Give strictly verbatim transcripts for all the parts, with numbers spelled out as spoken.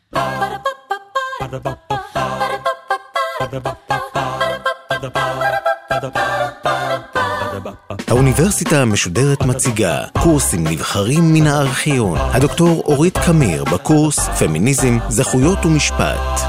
האוניברסיטה המשודרת מציגה קורסים נבחרים מן הארכיון. הדוקטור אורית קמיר בקורס פמיניזם, זכויות ומשפט.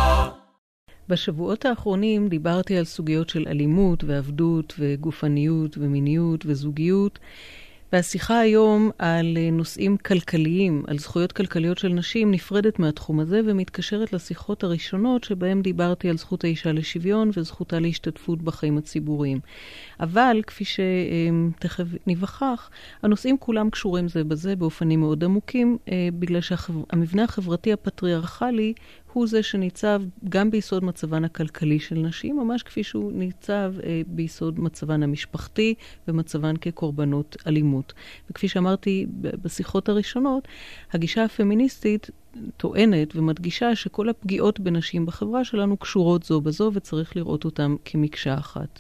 בשבועות האחרונים דיברתי על סוגיות של אלימות ועבדות וגופניות ומיניות וזוגיות, והשיחה היום על נושאים כלכליים, על זכויות כלכליות של נשים, נפרדת מהתחום הזה ומתקשרת לשיחות הראשונות שבהם דיברתי על זכות האישה לשוויון וזכותה להשתתפות בחיים הציבוריים. אבל כפי שתכף נבחך, הנושאים כולם קשורים זה בזה באופנים מאוד עמוקים, בגלל שהמבנה החברתי הפטריארכלי הוא זה שניצב גם ביסוד מצבן הכלכלי של נשים, ממש כפי שהוא ניצב אה, ביסוד מצבן המשפחתי ומצבן כקורבנות אלימות. וכפי שאמרתי בשיחות הראשונות, הגישה הפמיניסטית טוענת ומדגישה שכל הפגיעות בנשים בחברה שלנו קשורות זו בזו וצריך לראות אותן כמקשה אחת.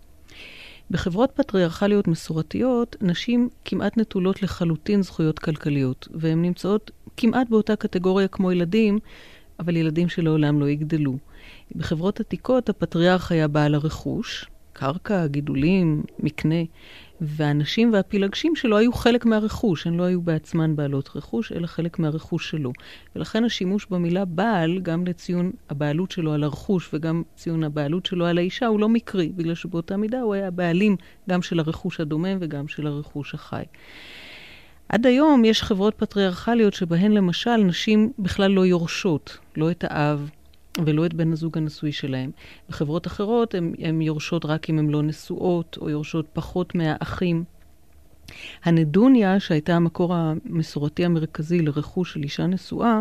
בחברות פטריארכליות מסורתיות, נשים כמעט נטולות לחלוטין זכויות כלכליות, והן נמצאות כמעט באותה קטגוריה כמו ילדים, אבל ילדים שלעולם לא יגדלו. בחברות עתיקות הפטריארך היה בעל הרכוש, קרקע, גידולים, מקנה, והאנשים והפילגשים שלו היו חלק מהרכוש, הן לא היו בעצמן בעלות רכוש, אלא חלק מהרכוש שלו. ולכן השימוש במילה בעל, גם לציון הבעלות שלו על הרכוש וגם ציון הבעלות שלו על האישה, הוא לא מקרי, בגלל שבאותה מידה הוא היה בעלים גם של הרכוש הדומם וגם של הרכוש החי. עד היום יש חברות פטריארכליות שבהן למשל נשים בכלל לא יורשות, לא את האב ולא את בן הזוג הנשוי שלהם. בחברות אחרות הן יורשות רק אם הן לא נשואות או יורשות פחות מהאחים. הנדוניה, שהייתה המקור המסורתי המרכזי לרכוש של אישה נשואה,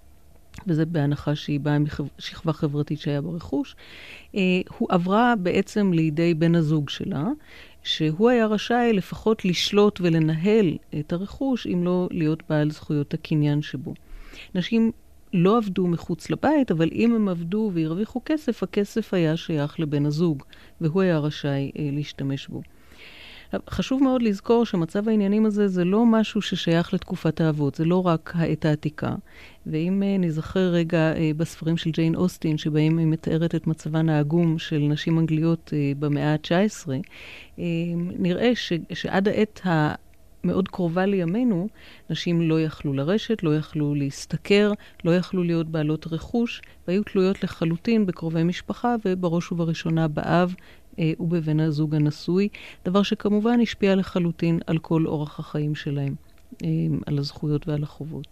וזה בהנחה שהיא באה משכבה חברתית שהיה ברכוש, הוא עברה בעצם לידי בן הזוג שלה, שהוא היה רשאי לפחות לשלוט ולנהל את הרכוש, אם לא להיות בעל זכויות הקניין שבו. נשים לא עבדו מחוץ לבית, אבל אם הם עבדו והרוויחו כסף, הכסף היה שייך לבן הזוג, והוא היה רשאי אה, להשתמש בו. חשוב מאוד לזכור שמצב העניינים הזה זה לא משהו ששייך לתקופת האבות, זה לא רק העת העתיקה. ואם אה, נזכר רגע אה, בספרים של ג'יין אוסטין, שבהם היא מתארת את מצבן העגום של נשים אנגליות אה, במאה ה-תשע עשרה, אה, נראה ש, שעד העת המאוד קרובה לימינו, נשים לא יכלו לרשת, לא יכלו להסתכר, לא יכלו להיות בעלות רכוש, והיו תלויות לחלוטין בקרובי משפחה, ובראש ובראשונה באב, ובבן הזוג הנשוי, דבר שכמובן השפיע לחלוטין על כל אורח החיים שלהם, על הזכויות ועל החובות.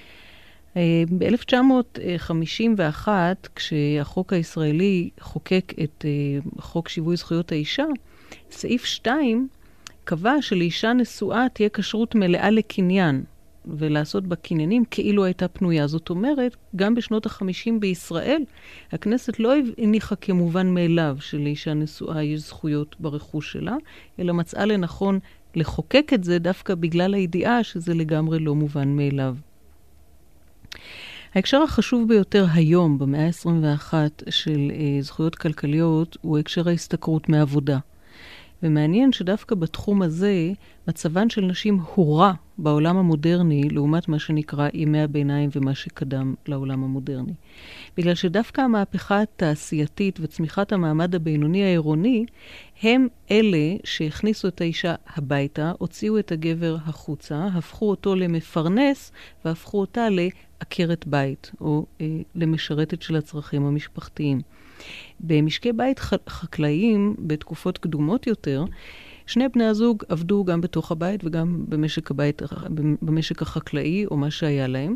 ב-אלף תשע מאות חמישים ואחת, כשהחוק הישראלי חוקק את חוק שיווי זכויות האישה, סעיף שתיים קבע שלאישה נשואה תהיה כשרות מלאה לקניין, ולעשות בקניינים כאילו הייתה פנויה. זאת אומרת, גם בשנות החמישים בישראל, הכנסת לא הניחה כמובן מאליו שלאישה נשואה יש זכויות ברכוש שלה, אלא מצאה לנכון לחוקק את זה דווקא בגלל הידיעה שזה לגמרי לא מובן מאליו. ההקשר החשוב ביותר היום, במאה ה-עשרים ואחת, של אה, זכויות כלכליות, הוא הקשר ההשתכרות מעבודה. ומעניין שדווקא בתחום הזה, מצבן של נשים הורע בעולם המודרני, לעומת מה שנקרא ימי הביניים ומה שקדם לעולם המודרני. בגלל שדווקא המהפכה התעשייתית וצמיחת המעמד הבינוני העירוני, הם אלה שהכניסו את האישה הביתה, הוציאו את הגבר החוצה, הפכו אותו למפרנס, והפכו אותה לעקרת בית, או אה, למשרתת של הצרכים המשפחתיים. במשקי בית חקלאיים, בתקופות קדומות יותר, שני בני הזוג עבדו גם בתוך הבית וגם במשק הבית, במשק החקלאי או מה שהיה להם,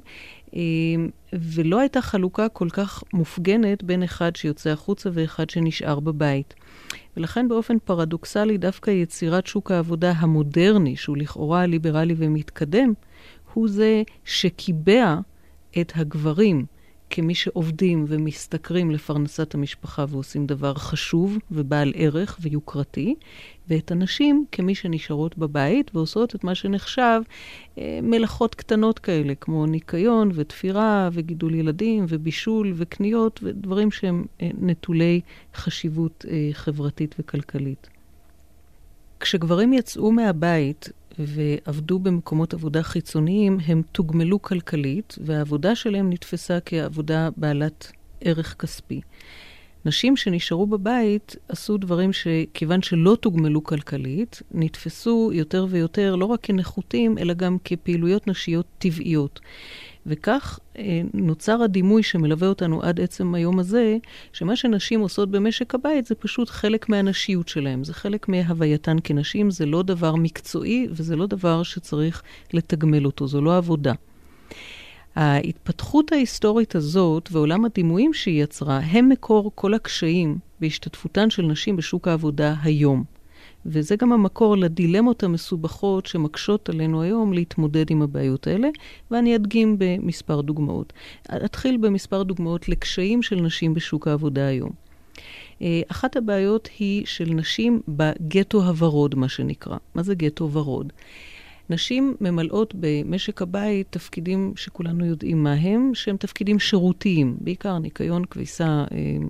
ולא הייתה חלוקה כל כך מופגנת בין אחד שיוצא החוצה ואחד שנשאר בבית. ולכן באופן פרדוקסלי דווקא יצירת שוק העבודה המודרני, שהוא לכאורה ליברלי ומתקדם, הוא זה שקיבע את הגברים כמי שעובדים ומשתכרים לפרנסת המשפחה ועושים דבר חשוב ובעל ערך ויוקרתי, ואת הנשים כמי שנשארות בבית ועושות את מה שנחשב אה, מלאכות קטנות כאלה, כמו ניקיון ותפירה וגידול ילדים ובישול וקניות ודברים שהם אה, נטולי חשיבות אה, חברתית וכלכלית. כשגברים יצאו מהבית ועבדו במקומות עבודה חיצוניים, הם תוגמלו כלכלית, והעבודה שלהם נתפסה כעבודה בעלת ערך כספי. נשים שנשארו בבית עשו דברים שכיוון שלא תוגמלו כלכלית, נתפסו יותר ויותר לא רק כנחותים, אלא גם כפעילויות נשיות טבעיות. וכך נוצר הדימוי שמלווה אותנו עד עצם היום הזה, שמה שנשים עושות במשק הבית זה פשוט חלק מהנשיות שלהם. זה חלק מהווייתן כנשים, זה לא דבר מקצועי וזה לא דבר שצריך לתגמל אותו, זו לא עבודה. ההתפתחות ההיסטורית הזאת ועולם הדימויים שהיא יצרה, הם מקור כל הקשיים בהשתתפותן של נשים בשוק העבודה היום. וזה גם המקור לדילמות המסובכות שמקשות עלינו היום להתמודד עם הבעיות האלה, ואני אדגים במספר דוגמאות. אתחיל במספר דוגמאות לקשיים של נשים בשוק העבודה היום. אחת הבעיות היא של נשים בגטו הוורוד, מה שנקרא. מה זה גטו ורוד? נשים ממלאות במשק הבית תפקידים שכולנו יודעים מה הם, שהם תפקידים שירותיים, בעיקר ניקיון, כביסה,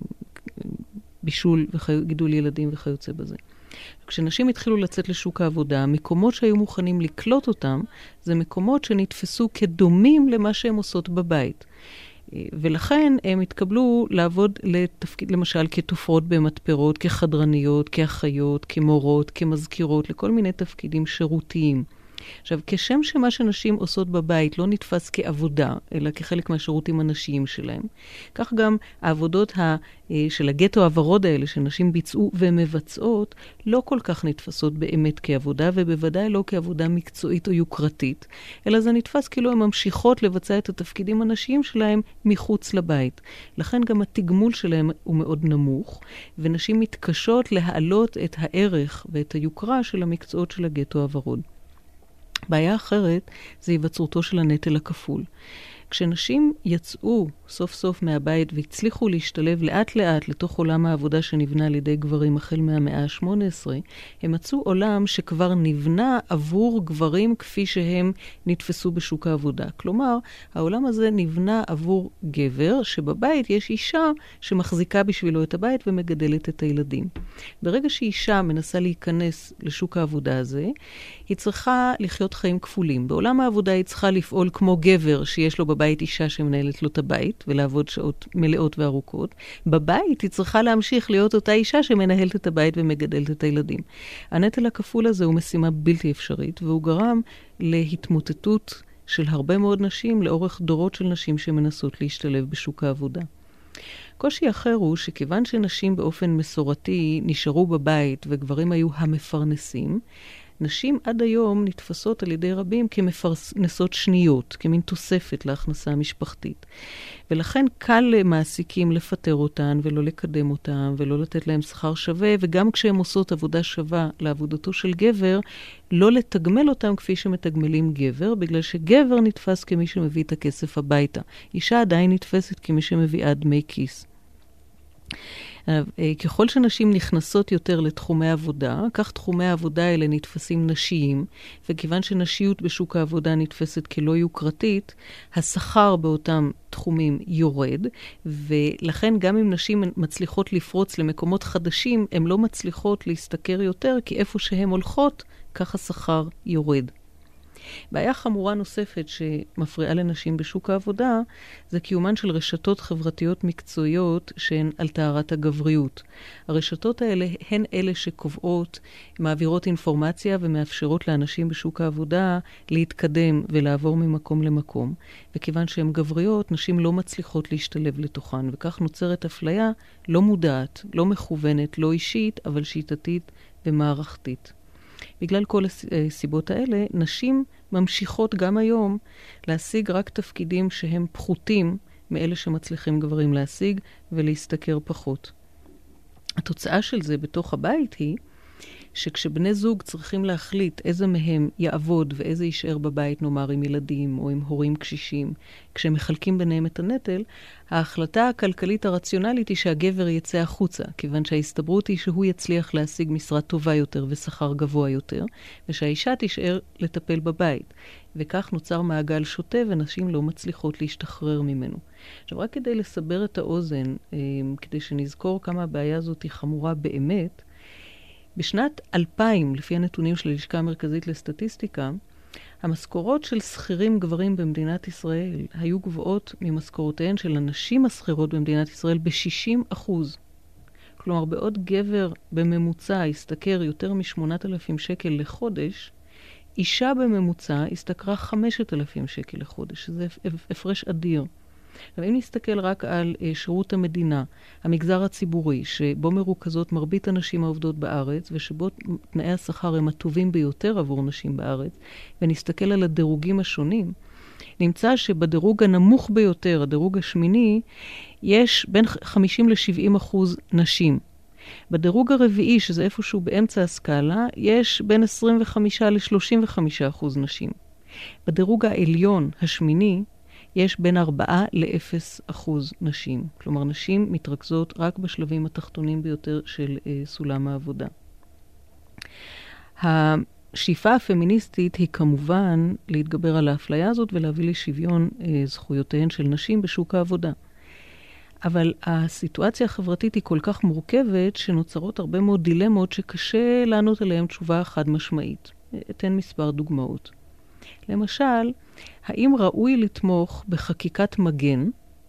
בישול וגידול ילדים וכיוצא בזה. כשנשים התחילו לצאת לשוק העבודה, מקומות שהיו מוכנים לקלוט אותם, זה מקומות שנתפסו כדומים למה שהן עושות בבית. ולכן הם התקבלו לעבוד לתפקיד, למשל כתופרות במתפרות, כחדרניות, כאחיות, כמורות, כמזכירות, לכל מיני תפקידים שירותיים. עכשיו, כשם שמה שנשים עושות בבית לא נתפס כעבודה, אלא כחלק מהשירותים הנשיים שלהם, כך גם העבודות ה, של הגטו הוורוד האלה שנשים ביצעו ומבצעות, לא כל כך נתפסות באמת כעבודה, ובוודאי לא כעבודה מקצועית או יוקרתית, אלא זה נתפס כאילו הן ממשיכות לבצע את התפקידים הנשיים שלהם מחוץ לבית. לכן גם התגמול שלהם הוא מאוד נמוך, ונשים מתקשות להעלות את הערך ואת היוקרה של המקצועות של הגטו הוורוד. בעיה אחרת זה היווצרותו של הנטל הכפול. כשנשים יצאו סוף סוף מהבית והצליחו להשתלב לאט לאט לתוך עולם העבודה שנבנה על ידי גברים החל מהמאה ה-שמונה עשרה, הם מצאו עולם שכבר נבנה עבור גברים כפי שהם נתפסו בשוק העבודה. כלומר, העולם הזה נבנה עבור גבר שבבית יש אישה שמחזיקה בשבילו את הבית ומגדלת את הילדים. ברגע שאישה מנסה להיכנס לשוק העבודה הזה, היא צריכה לחיות חיים כפולים. בעולם העבודה היא צריכה לפעול כמו גבר שיש לו בבית אישה שמנהלת לו את הבית, ולעבוד שעות מלאות וארוכות. בבית היא צריכה להמשיך להיות אותה אישה שמנהלת את הבית ומגדלת את הילדים. הנטל הכפול הזה הוא משימה בלתי אפשרית, והוא גרם להתמוטטות של הרבה מאוד נשים, לאורך דורות של נשים שמנסות להשתלב בשוק העבודה. קושי אחר הוא שכיוון שנשים באופן מסורתי נשארו בבית וגברים היו המפרנסים, נשים עד היום נתפסות על ידי רבים כמפרנסות שניות, כמין תוספת להכנסה המשפחתית. ולכן קל למעסיקים לפטר אותן ולא לקדם אותן ולא לתת להם שכר שווה, וגם כשהם עושות עבודה שווה לעבודתו של גבר, לא לתגמל אותם כפי שמתגמלים גבר, בגלל שגבר נתפס כמי שמביא את הכסף הביתה. אישה עדיין נתפסת כמי שמביאה דמי כיס. ככל שנשים נכנסות יותר לתחומי עבודה, כך תחומי העבודה האלה נתפסים נשיים, וכיוון שנשיות בשוק העבודה נתפסת כלא יוקרתית, השכר באותם תחומים יורד, ולכן גם אם נשים מצליחות לפרוץ למקומות חדשים, הן לא מצליחות להסתכר יותר, כי איפה שהן הולכות, כך השכר יורד. בעיה חמורה נוספת שמפריעה לנשים בשוק העבודה, זה קיומן של רשתות חברתיות מקצועיות שהן על טהרת הגבריות. הרשתות האלה הן אלה שקובעות, מעבירות אינפורמציה ומאפשרות לאנשים בשוק העבודה להתקדם ולעבור ממקום למקום. וכיוון שהן גבריות, נשים לא מצליחות להשתלב לתוכן, וכך נוצרת אפליה לא מודעת, לא מכוונת, לא אישית, אבל שיטתית ומערכתית. בגלל כל הסיבות האלה, נשים ממשיכות גם היום להשיג רק תפקידים שהם פחותים מאלה שמצליחים גברים להשיג ולהסתכר פחות. התוצאה של זה בתוך הבית היא שכשבני זוג צריכים להחליט איזה מהם יעבוד ואיזה יישאר בבית, נאמר עם ילדים או עם הורים קשישים, כשהם מחלקים ביניהם את הנטל, ההחלטה הכלכלית הרציונלית היא שהגבר יצא החוצה, כיוון שההסתברות היא שהוא יצליח להשיג משרה טובה יותר ושכר גבוה יותר, ושהאישה תישאר לטפל בבית. וכך נוצר מעגל שוטה ונשים לא מצליחות להשתחרר ממנו. עכשיו, רק כדי לסבר את האוזן, כדי שנזכור כמה הבעיה הזאת היא חמורה באמת, בשנת אלפיים, לפי הנתונים של הלשכה המרכזית לסטטיסטיקה, המשכורות של שכירים גברים במדינת ישראל היו גבוהות ממשכורותיהן של הנשים השכירות במדינת ישראל ב-שישים אחוז. כלומר, בעוד גבר בממוצע השתכר יותר מ-שמונת אלפים שקל לחודש, אישה בממוצע השתכרה חמשת אלפים שקל לחודש, שזה הפרש אדיר. אבל אם נסתכל רק על uh, שירות המדינה, המגזר הציבורי, שבו מרוכזות מרבית הנשים העובדות בארץ, ושבו תנאי השכר הם הטובים ביותר עבור נשים בארץ, ונסתכל על הדירוגים השונים, נמצא שבדירוג הנמוך ביותר, הדירוג השמיני, יש בין חמישים ל-שבעים אחוז נשים. בדירוג הרביעי, שזה איפשהו באמצע הסקאלה, יש בין עשרים וחמישה ל-שלושים וחמישה אחוז נשים. בדירוג העליון, השמיני, יש בין ארבעה לאפס אחוז נשים. כלומר, נשים מתרכזות רק בשלבים התחתונים ביותר של אה, סולם העבודה. השאיפה הפמיניסטית היא כמובן להתגבר על האפליה הזאת ולהביא לשוויון אה, זכויותיהן של נשים בשוק העבודה. אבל הסיטואציה החברתית היא כל כך מורכבת שנוצרות הרבה מאוד דילמות שקשה לענות עליהן תשובה חד משמעית. אתן מספר דוגמאות. למשל, האם ראוי לתמוך בחקיקת מגן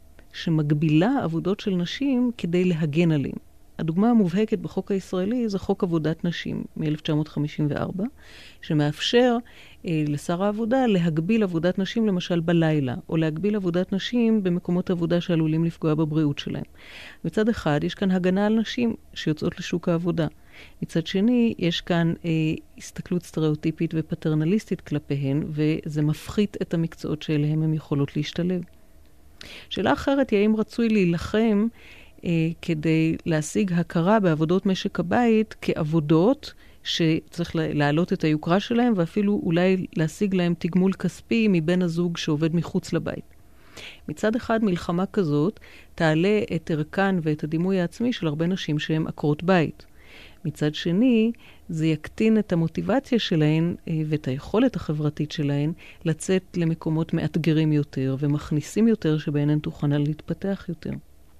שמגבילה עבודות של נשים כדי להגן עליהם? הדוגמה המובהקת בחוק הישראלי זה חוק עבודת נשים מ-אלף תשע מאות חמישים וארבע, שמאפשר אה, לשר העבודה להגביל עבודת נשים למשל בלילה, או להגביל עבודת נשים במקומות עבודה שעלולים לפגוע בבריאות שלהם. מצד אחד, יש כאן הגנה על נשים שיוצאות לשוק העבודה. מצד שני, יש כאן אה, הסתכלות סטריאוטיפית ופטרנליסטית כלפיהן, וזה מפחית את המקצועות שאליהם הן יכולות להשתלב. שאלה אחרת היא האם רצוי להילחם אה, כדי להשיג הכרה בעבודות משק הבית כעבודות שצריך להעלות את היוקרה שלהם, ואפילו אולי להשיג להם תגמול כספי מבין הזוג שעובד מחוץ לבית. מצד אחד, מלחמה כזאת תעלה את ערכן ואת הדימוי העצמי של הרבה נשים שהן עקרות בית. מצד שני, זה יקטין את המוטיבציה שלהן ואת היכולת החברתית שלהן לצאת למקומות מאתגרים יותר ומכניסים יותר שבהן הן תוכלנה להתפתח יותר.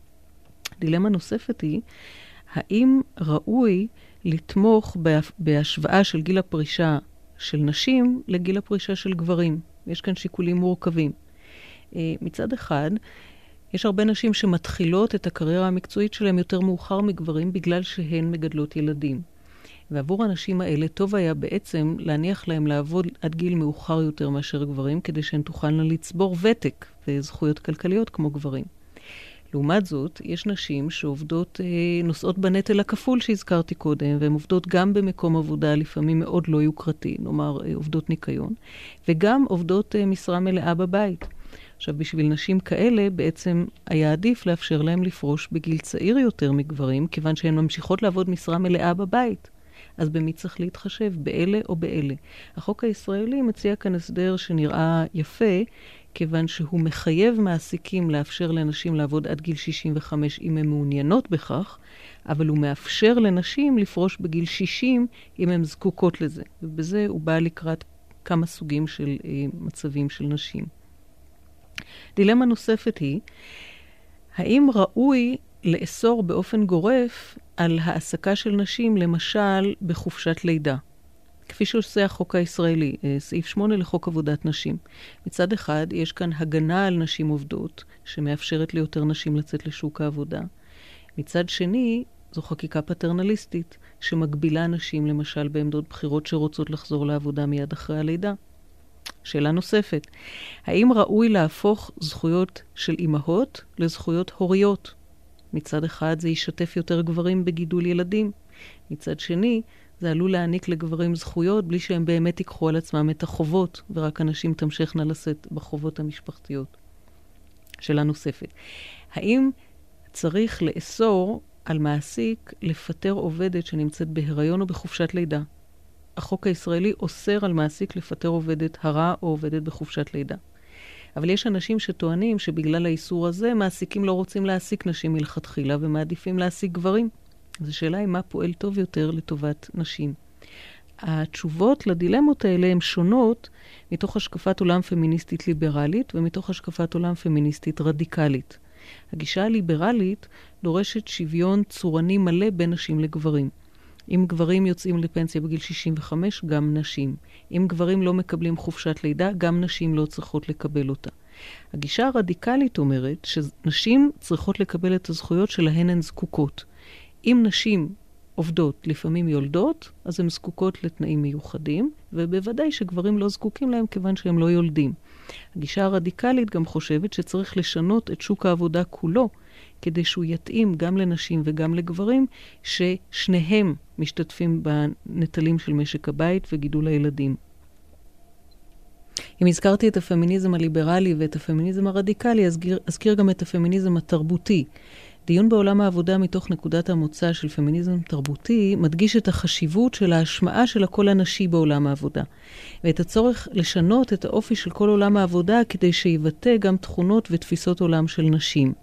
דילמה נוספת היא, האם ראוי לתמוך בהשוואה של גיל הפרישה של נשים לגיל הפרישה של גברים? יש כאן שיקולים מורכבים. מצד אחד, יש הרבה נשים שמתחילות את הקריירה המקצועית שלהם יותר מאוחר מגברים בגלל שהן מגדלות ילדים. ועבור האנשים האלה טוב היה בעצם להניח להם לעבוד עד גיל מאוחר יותר מאשר גברים, כדי שהן תוכלנה לצבור ותק וזכויות כלכליות כמו גברים. לעומת זאת, יש נשים שעובדות, נושאות בנטל הכפול שהזכרתי קודם, והן עובדות גם במקום עבודה לפעמים מאוד לא יוקרתי, נאמר עובדות ניקיון, וגם עובדות משרה מלאה בבית. עכשיו, בשביל נשים כאלה, בעצם היה עדיף לאפשר להם לפרוש בגיל צעיר יותר מגברים, כיוון שהן ממשיכות לעבוד משרה מלאה בבית. אז במי צריך להתחשב? באלה או באלה? החוק הישראלי מציע כאן הסדר שנראה יפה, כיוון שהוא מחייב מעסיקים לאפשר לנשים לעבוד עד גיל שישים וחמש אם הן מעוניינות בכך, אבל הוא מאפשר לנשים לפרוש בגיל שישים אם הן זקוקות לזה. ובזה הוא בא לקראת כמה סוגים של אה, מצבים של נשים. דילמה נוספת היא, האם ראוי לאסור באופן גורף על העסקה של נשים, למשל בחופשת לידה? כפי שעושה החוק הישראלי, סעיף שמונה לחוק עבודת נשים. מצד אחד, יש כאן הגנה על נשים עובדות, שמאפשרת ליותר נשים לצאת לשוק העבודה. מצד שני, זו חקיקה פטרנליסטית, שמגבילה נשים, למשל, בעמדות בחירות שרוצות לחזור לעבודה מיד אחרי הלידה. שאלה נוספת, האם ראוי להפוך זכויות של אימהות לזכויות הוריות? מצד אחד זה ישתף יותר גברים בגידול ילדים. מצד שני, זה עלול להעניק לגברים זכויות בלי שהם באמת ייקחו על עצמם את החובות, ורק אנשים תמשכנה לשאת בחובות המשפחתיות. שאלה נוספת, האם צריך לאסור על מעסיק לפטר עובדת שנמצאת בהיריון או בחופשת לידה? החוק הישראלי אוסר על מעסיק לפטר עובדת הרה או עובדת בחופשת לידה. אבל יש אנשים שטוענים שבגלל האיסור הזה, מעסיקים לא רוצים להעסיק נשים מלכתחילה ומעדיפים להעסיק גברים. אז השאלה היא מה פועל טוב יותר לטובת נשים. התשובות לדילמות האלה הן שונות מתוך השקפת עולם פמיניסטית ליברלית ומתוך השקפת עולם פמיניסטית רדיקלית. הגישה הליברלית דורשת שוויון צורני מלא בין נשים לגברים. אם גברים יוצאים לפנסיה בגיל שישים וחמש, גם נשים. אם גברים לא מקבלים חופשת לידה, גם נשים לא צריכות לקבל אותה. הגישה הרדיקלית אומרת שנשים צריכות לקבל את הזכויות שלהן הן זקוקות. אם נשים עובדות, לפעמים יולדות, אז הן זקוקות לתנאים מיוחדים, ובוודאי שגברים לא זקוקים להם כיוון שהם לא יולדים. הגישה הרדיקלית גם חושבת שצריך לשנות את שוק העבודה כולו, כדי שהוא יתאים גם לנשים וגם לגברים, ששניהם משתתפים בנטלים של משק הבית וגידול הילדים. אם הזכרתי את הפמיניזם הליברלי ואת הפמיניזם הרדיקלי, אזכיר, אזכיר גם את הפמיניזם התרבותי. דיון בעולם העבודה מתוך נקודת המוצא של פמיניזם תרבותי מדגיש את החשיבות של ההשמעה של הקול הנשי בעולם העבודה, ואת הצורך לשנות את האופי של כל עולם העבודה כדי שיבטא גם תכונות ותפיסות עולם של נשים.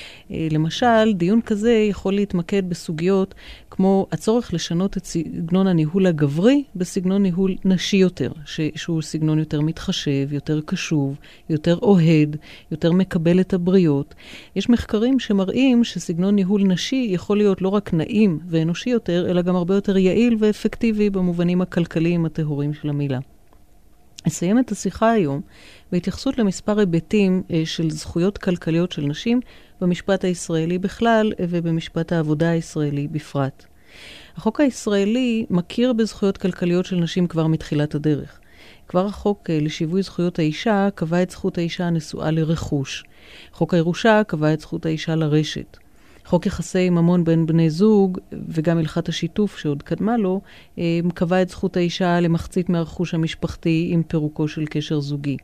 למשל, דיון כזה יכול להתמקד בסוגיות כמו הצורך לשנות את סגנון הניהול הגברי בסגנון ניהול נשי יותר, שהוא סגנון יותר מתחשב, יותר קשוב, יותר אוהד, יותר מקבל את הבריות. יש מחקרים שמראים שסגנון ניהול נשי יכול להיות לא רק נעים ואנושי יותר, אלא גם הרבה יותר יעיל ואפקטיבי במובנים הכלכליים הטהורים של המילה. אסיים את השיחה היום בהתייחסות למספר היבטים של זכויות כלכליות של נשים במשפט הישראלי בכלל ובמשפט העבודה הישראלי בפרט. החוק הישראלי מכיר בזכויות כלכליות של נשים כבר מתחילת הדרך. כבר החוק לשיווי זכויות האישה קבע את זכות האישה הנשואה לרכוש. חוק הירושה קבע את זכות האישה לרשת. חוק יחסי ממון בין בני זוג וגם הלכת השיתוף שעוד קדמה לו, קבע את זכות האישה למחצית מהרכוש המשפחתי עם פירוקו של קשר זוגי.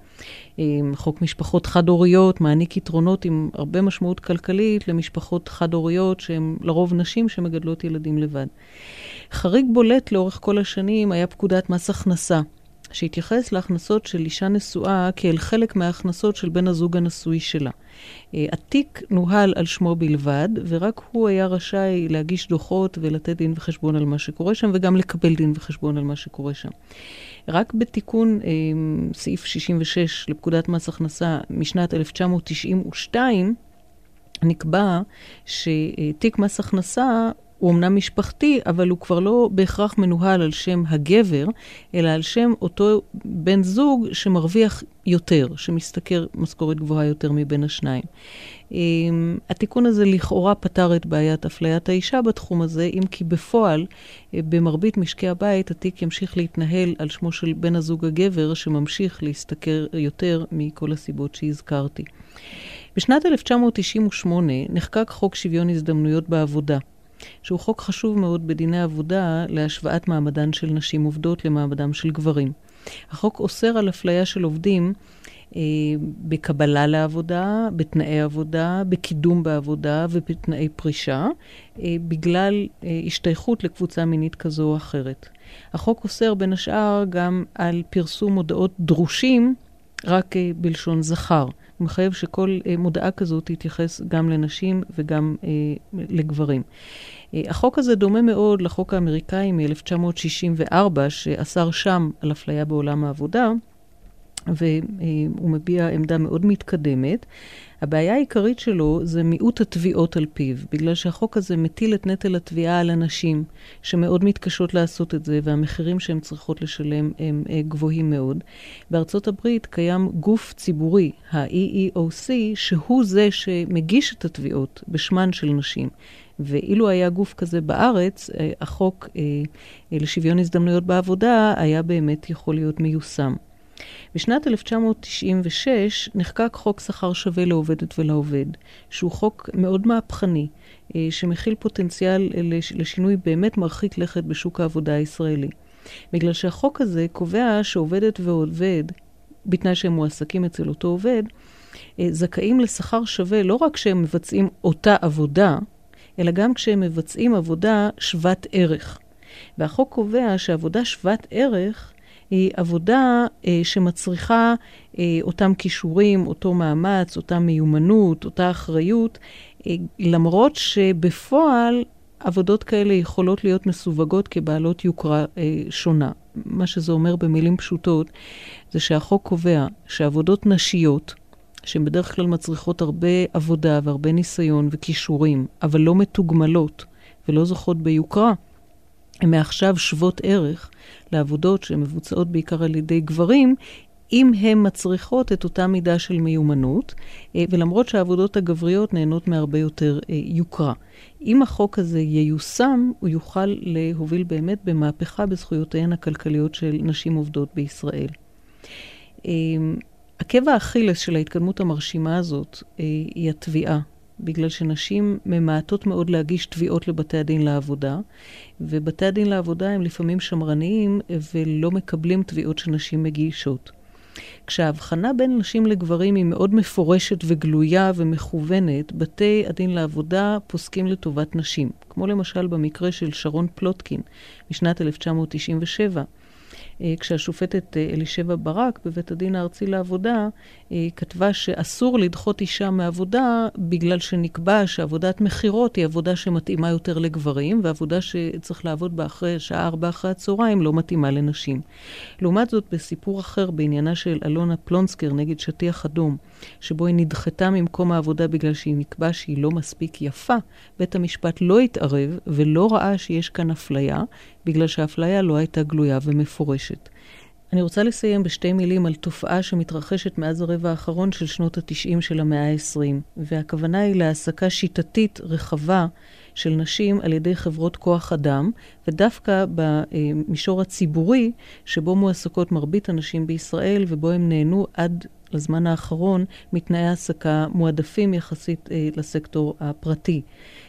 חוק משפחות חד-הוריות מעניק יתרונות עם הרבה משמעות כלכלית למשפחות חד-הוריות שהן לרוב נשים שמגדלות ילדים לבד. חריג בולט לאורך כל השנים היה פקודת מס הכנסה, שהתייחס להכנסות של אישה נשואה כאל חלק מההכנסות של בן הזוג הנשוי שלה. התיק נוהל על שמו בלבד, ורק הוא היה רשאי להגיש דוחות ולתת דין וחשבון על מה שקורה שם, וגם לקבל דין וחשבון על מה שקורה שם. רק בתיקון סעיף שישים ושש לפקודת מס הכנסה משנת אלף תשע מאות תשעים ושתיים, נקבע שתיק מס הכנסה הוא אמנם משפחתי, אבל הוא כבר לא בהכרח מנוהל על שם הגבר, אלא על שם אותו בן זוג שמרוויח יותר, שמסתכר משכורת גבוהה יותר מבין השניים. התיקון הזה לכאורה פתר את בעיית אפליית האישה בתחום הזה, אם כי בפועל, במרבית משקי הבית, התיק ימשיך להתנהל על שמו של בן הזוג הגבר, שממשיך להסתכר יותר מכל הסיבות שהזכרתי. בשנת אלף תשע מאות תשעים ושמונה נחקק חוק שוויון הזדמנויות בעבודה, שהוא חוק חשוב מאוד בדיני עבודה להשוואת מעמדן של נשים עובדות למעמדם של גברים. החוק אוסר על אפליה של עובדים אה, בקבלה לעבודה, בתנאי עבודה, בקידום בעבודה ובתנאי פרישה, אה, בגלל אה, השתייכות לקבוצה מינית כזו או אחרת. החוק אוסר בין השאר גם על פרסום מודעות דרושים רק אה, בלשון זכר. הוא מחייב שכל אה, מודעה כזאת תתייחס גם לנשים וגם אה, לגברים. אה, החוק הזה דומה מאוד לחוק האמריקאי מ-אלף תשע מאות שישים וארבע, שאסר שם על אפליה בעולם העבודה, והוא מביע עמדה מאוד מתקדמת. הבעיה העיקרית שלו זה מיעוט התביעות על פיו, בגלל שהחוק הזה מטיל את נטל התביעה על הנשים, שמאוד מתקשות לעשות את זה, והמחירים שהן צריכות לשלם הם גבוהים מאוד. בארצות הברית קיים גוף ציבורי, ה-E E O C, שהוא זה שמגיש את התביעות בשמן של נשים. ואילו היה גוף כזה בארץ, החוק לשוויון הזדמנויות בעבודה היה באמת יכול להיות מיושם. בשנת אלף תשע מאות תשעים ושש נחקק חוק שכר שווה לעובדת ולעובד, שהוא חוק מאוד מהפכני, שמכיל פוטנציאל לשינוי באמת מרחיק לכת בשוק העבודה הישראלי. בגלל שהחוק הזה קובע שעובדת ועובד, בתנאי שהם מועסקים אצל אותו עובד, זכאים לשכר שווה לא רק כשהם מבצעים אותה עבודה, אלא גם כשהם מבצעים עבודה שוות ערך. והחוק קובע שעבודה שוות ערך היא עבודה אה, שמצריכה אה, אותם כישורים, אותו מאמץ, אותה מיומנות, אותה אחריות, אה, למרות שבפועל עבודות כאלה יכולות להיות מסווגות כבעלות יוקרה אה, שונה. מה שזה אומר במילים פשוטות, זה שהחוק קובע שעבודות נשיות, שהן בדרך כלל מצריכות הרבה עבודה והרבה ניסיון וכישורים, אבל לא מתוגמלות ולא זוכות ביוקרה, הן מעכשיו שוות ערך לעבודות שמבוצעות בעיקר על ידי גברים, אם הן מצריכות את אותה מידה של מיומנות, ולמרות שהעבודות הגבריות נהנות מהרבה יותר יוקרה. אם החוק הזה ייושם, הוא יוכל להוביל באמת במהפכה בזכויותיהן הכלכליות של נשים עובדות בישראל. עקב האכילס של ההתקדמות המרשימה הזאת היא התביעה, בגלל שנשים ממעטות מאוד להגיש תביעות לבתי הדין לעבודה, ובתי הדין לעבודה הם לפעמים שמרניים ולא מקבלים תביעות שנשים מגישות. כשההבחנה בין נשים לגברים היא מאוד מפורשת וגלויה ומכוונת, בתי הדין לעבודה פוסקים לטובת נשים, כמו למשל במקרה של שרון פלוטקין משנת אלף תשע מאות תשעים ושבע, כשהשופטת אלישבע ברק בבית הדין הארצי לעבודה כתבה שאסור לדחות אישה מעבודה בגלל שנקבע שעבודת מחירות היא עבודה שמתאימה יותר לגברים, ועבודה שצריך לעבוד בה אחרי שעה ארבע אחרי הצהריים לא מתאימה לנשים. לעומת זאת, בסיפור אחר בעניינה של אלונה פלונסקר נגד שטיח אדום, שבו היא נדחתה ממקום העבודה בגלל שהיא נקבע שהיא לא מספיק יפה, בית המשפט לא התערב ולא ראה שיש כאן אפליה, בגלל שהאפליה לא הייתה גלויה ומפורשת. אני רוצה לסיים בשתי מילים על תופעה שמתרחשת מאז הרבע האחרון של שנות ה-תשעים של המאה ה-עשרים, והכוונה היא להעסקה שיטתית רחבה של נשים על ידי חברות כוח אדם, ודווקא במישור הציבורי שבו מועסקות מרבית הנשים בישראל, ובו הם נהנו עד לזמן האחרון מתנאי העסקה מועדפים יחסית לסקטור הפרטי.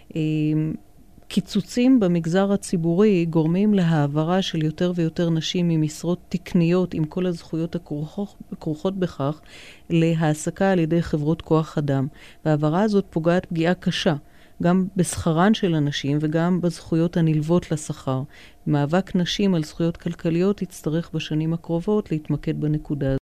קיצוצים במגזר הציבורי גורמים להעברה של יותר ויותר נשים ממשרות תקניות עם כל הזכויות הכרוכות בכך להעסקה על ידי חברות כוח אדם. והעברה הזאת פוגעת פגיעה קשה, גם בשכרן של הנשים וגם בזכויות הנלוות לשכר. מאבק נשים על זכויות כלכליות יצטרך בשנים הקרובות להתמקד בנקודה הזאת.